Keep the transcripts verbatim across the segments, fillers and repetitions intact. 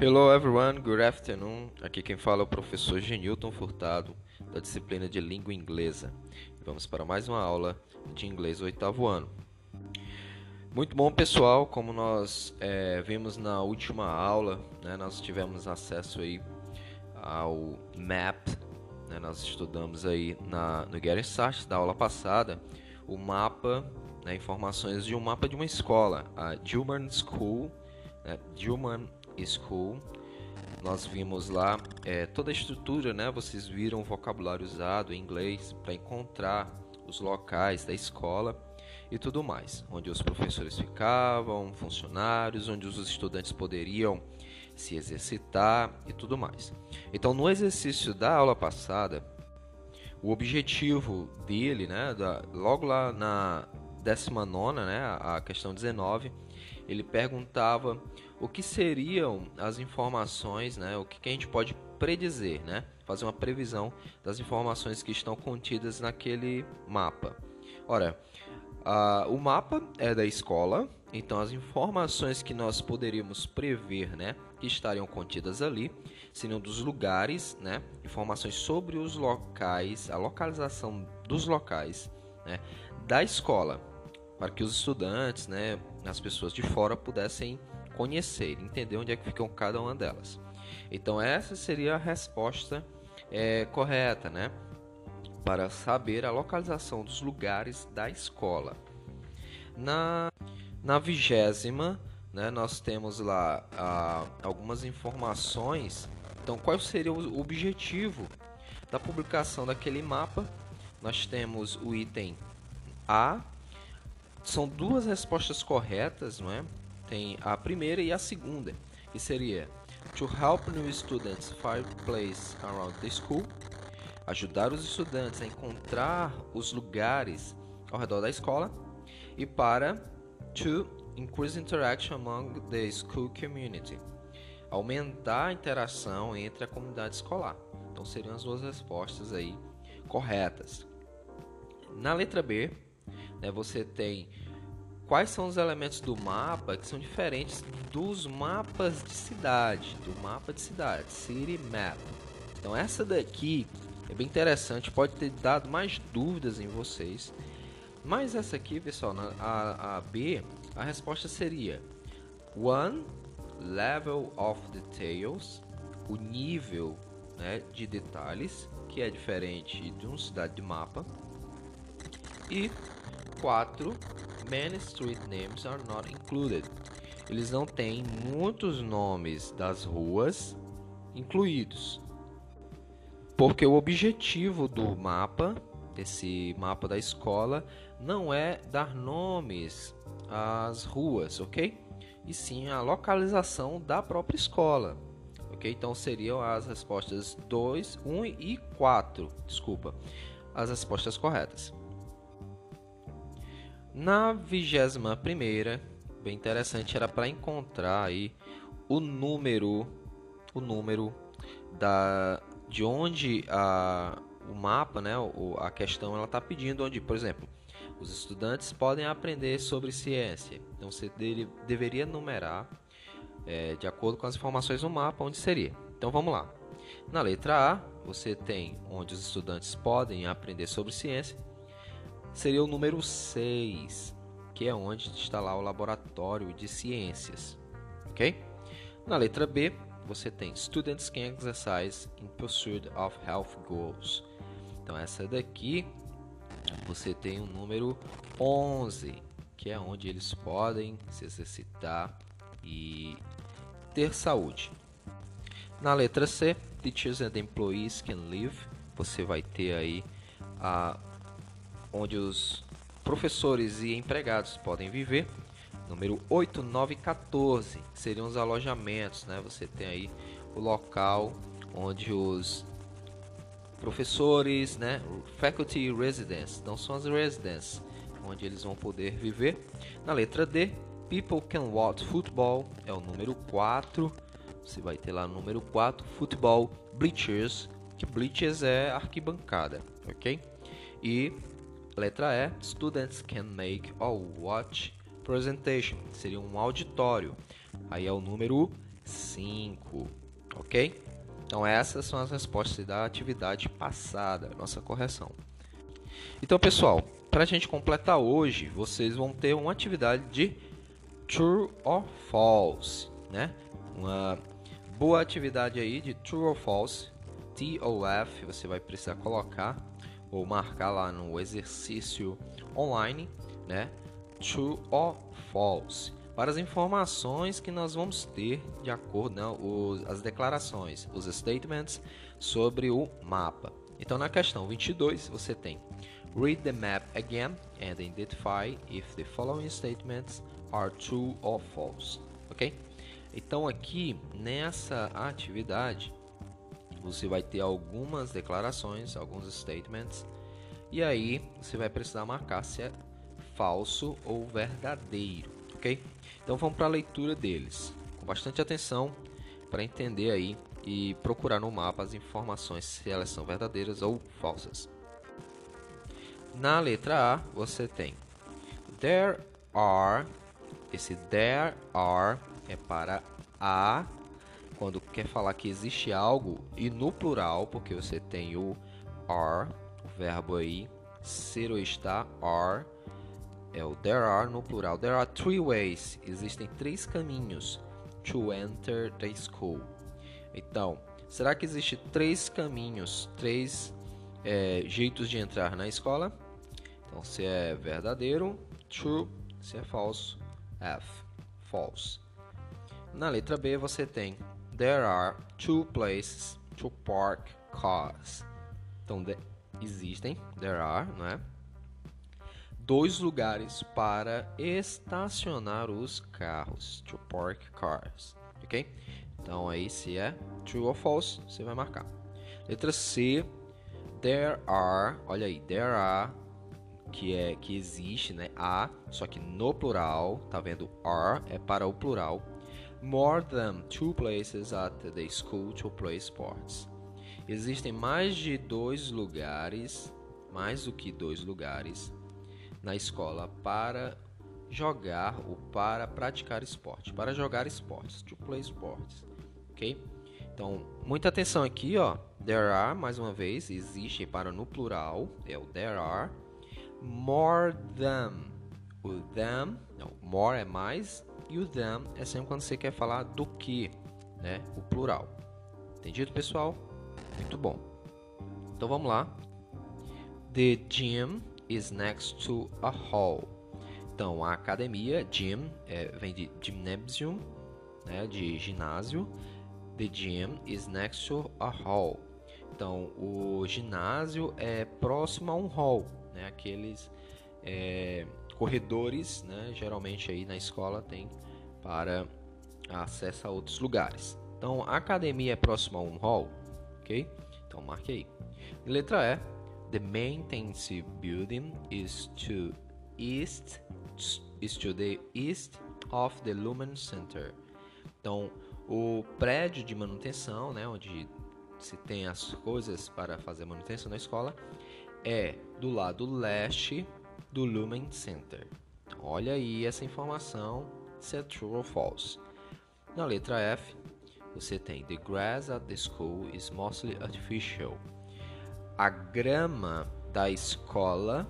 Hello everyone, good afternoon. Aqui quem fala é o professor Genilton Furtado, da disciplina de Língua Inglesa. Vamos para mais uma aula de inglês oitavo ano. Muito bom, pessoal, como nós é, vimos na última aula, né, nós tivemos acesso aí ao map, né, nós estudamos aí na, no Getting Started da aula passada o mapa, né, informações de um mapa de uma escola, a Gilman School, né, Gilman School. Nós vimos lá é, toda a estrutura, né? Vocês viram o vocabulário usado em inglês para encontrar os locais da escola e tudo mais, onde os professores ficavam, funcionários, onde os estudantes poderiam se exercitar e tudo mais. Então, no exercício da aula passada, o objetivo dele, né, da, logo lá na décima nona, né, a questão dezenove, ele perguntava o que seriam as informações, né, o que, que a gente pode predizer, né, fazer uma previsão das informações que estão contidas naquele mapa. Ora, a, o mapa é da escola, então as informações que nós poderíamos prever, né, que estariam contidas ali, seriam dos lugares, né, informações sobre os locais, a localização dos locais, né, da escola, para que os estudantes, né, as pessoas de fora pudessem conhecer, entender onde é que ficam cada uma delas. Então essa seria a resposta é, correta, né, para saber a localização dos lugares da escola. Na na vigésima, né, nós temos lá ah, algumas informações. Então, qual seria o objetivo da publicação daquele mapa? Nós temos o item A. São duas respostas corretas, não é? Tem a primeira e a segunda, que seria to help new students find place around the school, ajudar os estudantes a encontrar os lugares ao redor da escola, e para to increase interaction among the school community, aumentar a interação entre a comunidade escolar. Então seriam as duas respostas aí corretas. Na letra B, né, você tem quais são os elementos do mapa que são diferentes dos mapas de cidade, do mapa de cidade, City Map. Então essa daqui é bem interessante, pode ter dado mais dúvidas em vocês, mas essa aqui, pessoal, na a, a B, a resposta seria one, level of details, o nível, né, de detalhes, que é diferente de uma cidade de mapa. E quatro, many street names are not included. Eles não têm muitos nomes das ruas incluídos, porque o objetivo do mapa, desse mapa da escola, não é dar nomes às ruas, ok? E sim a localização da própria escola, ok? Então seriam as respostas dois, um e quatro, desculpa, as respostas corretas. Na vigésima primeira, bem interessante, era para encontrar aí o número, o número da, de onde a, o mapa, né, a questão ela está pedindo, onde, por exemplo, os estudantes podem aprender sobre ciência. Então você dele, deveria numerar é, de acordo com as informações no mapa onde seria. Então vamos lá. Na letra A, você tem onde os estudantes podem aprender sobre ciência. Seria o número seis, que é onde está lá o laboratório de ciências, ok? Na letra B, você tem Students can exercise in pursuit of health goals. Então essa daqui, você tem o número onze, que é onde eles podem se exercitar e ter saúde. Na letra C, Teachers and employees can live. Você vai ter aí a onde os professores e empregados podem viver. Número oito, nove e quatorze seriam os alojamentos, né? Você tem aí o local onde os professores, né, faculty residence, não são as residence, onde eles vão poder viver. Na letra D, people can watch football, é o número quatro. Você vai ter lá o número quatro, football bleachers, que bleachers é arquibancada, ok? E letra E, students can make or watch presentation, seria um auditório. Aí é o número cinco, ok? Então essas são as respostas da atividade passada, nossa correção. Então, pessoal, para a gente completar hoje, vocês vão ter uma atividade de True or False, né? Uma boa atividade aí de True or False, T O F, você vai precisar colocar ou marcar lá no exercício online, né? True or False. Para as informações que nós vamos ter de acordo, né, os, as declarações, os statements sobre o mapa. Então, na questão vinte e dois, você tem Read the map again and identify if the following statements are true or false. Ok? Então, aqui nessa atividade, você vai ter algumas declarações, alguns statements, e aí você vai precisar marcar se é falso ou verdadeiro, ok? Então vamos para a leitura deles, com bastante atenção para entender aí e procurar no mapa as informações se elas são verdadeiras ou falsas. Na letra A você tem there are, esse there are é para a, quando quer falar que existe algo, e no plural, porque você tem o are, o verbo aí, ser ou estar, are, é o there are no plural. There are three ways, existem três caminhos to enter the school. Então, será que existe três caminhos, três é, jeitos de entrar na escola? Então, se é verdadeiro, true, se é falso, F, false. Na letra B você tem there are two places to park cars. Então, de, existem, there are, não é? Dois lugares para estacionar os carros, to park cars, ok? Então, aí se é true ou false, você vai marcar. Letra C, there are, olha aí, there are, que é que existe, né? A, só que no plural, tá vendo? Are é para o plural. More than two places at the school to play sports. Existem mais de dois lugares, mais do que dois lugares na escola para jogar ou para praticar esporte, para jogar esportes, to play sports, ok? Então, muita atenção aqui, ó. There are, mais uma vez, existe para no plural, é o there are. More than, o than, não, more é mais, e o than é sempre quando você quer falar do que, né? O plural. Entendido, pessoal? Muito bom. Então, vamos lá. The gym is next to a hall. Então, a academia, gym, é, vem de gymnasium, né, de ginásio. The gym is next to a hall. Então, o ginásio é próximo a um hall, né, aqueles é, corredores, né, geralmente aí na escola tem para acesso a outros lugares. Então, a academia é próxima a um hall, ok? Então, marque aí. Letra E. The maintenance building is to east is to the east of the Lumen Center. Então, o prédio de manutenção, né, onde se tem as coisas para fazer manutenção na escola, é do lado leste do Lumen Center. Então, olha aí essa informação, se é true ou false. Na letra F, você tem the grass at the school is mostly artificial. A grama da escola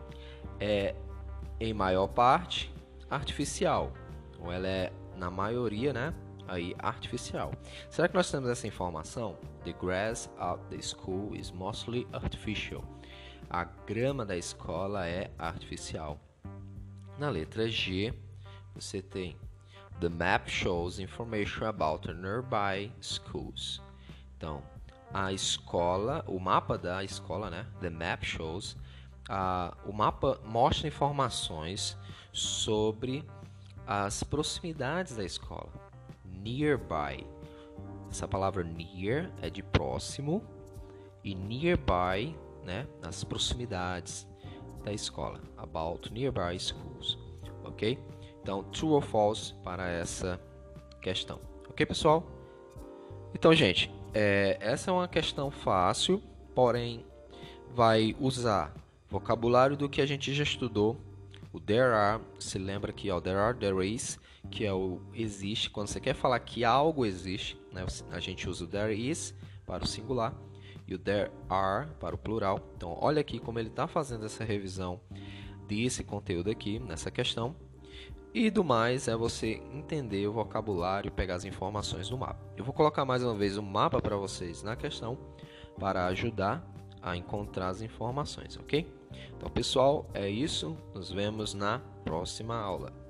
é, em maior parte, artificial. Ou ela é, na maioria, né, aí, artificial. Será que nós temos essa informação? The grass at the school is mostly artificial. A grama da escola é artificial. Na letra G, você tem the map shows information about the nearby schools. Então, a escola, o mapa da escola, né? The map shows. Uh, o mapa mostra informações sobre as proximidades da escola. Nearby. Essa palavra near é de próximo e nearby, né? As proximidades da escola. About nearby schools. Ok? Então, true or false para essa questão. Ok, pessoal? Então, gente, é, essa é uma questão fácil, porém vai usar vocabulário do que a gente já estudou O there are, se lembra que ó, there are, there is, que é o existe. Quando você quer falar que algo existe, né, a gente usa o there is para o singular e o there are para o plural. Então, olha aqui como ele está fazendo essa revisão desse conteúdo aqui, nessa questão. E do mais é você entender o vocabulário e pegar as informações do mapa. Eu vou colocar mais uma vez o mapa para vocês na questão, para ajudar a encontrar as informações, ok? Então, pessoal, é isso. Nos vemos na próxima aula.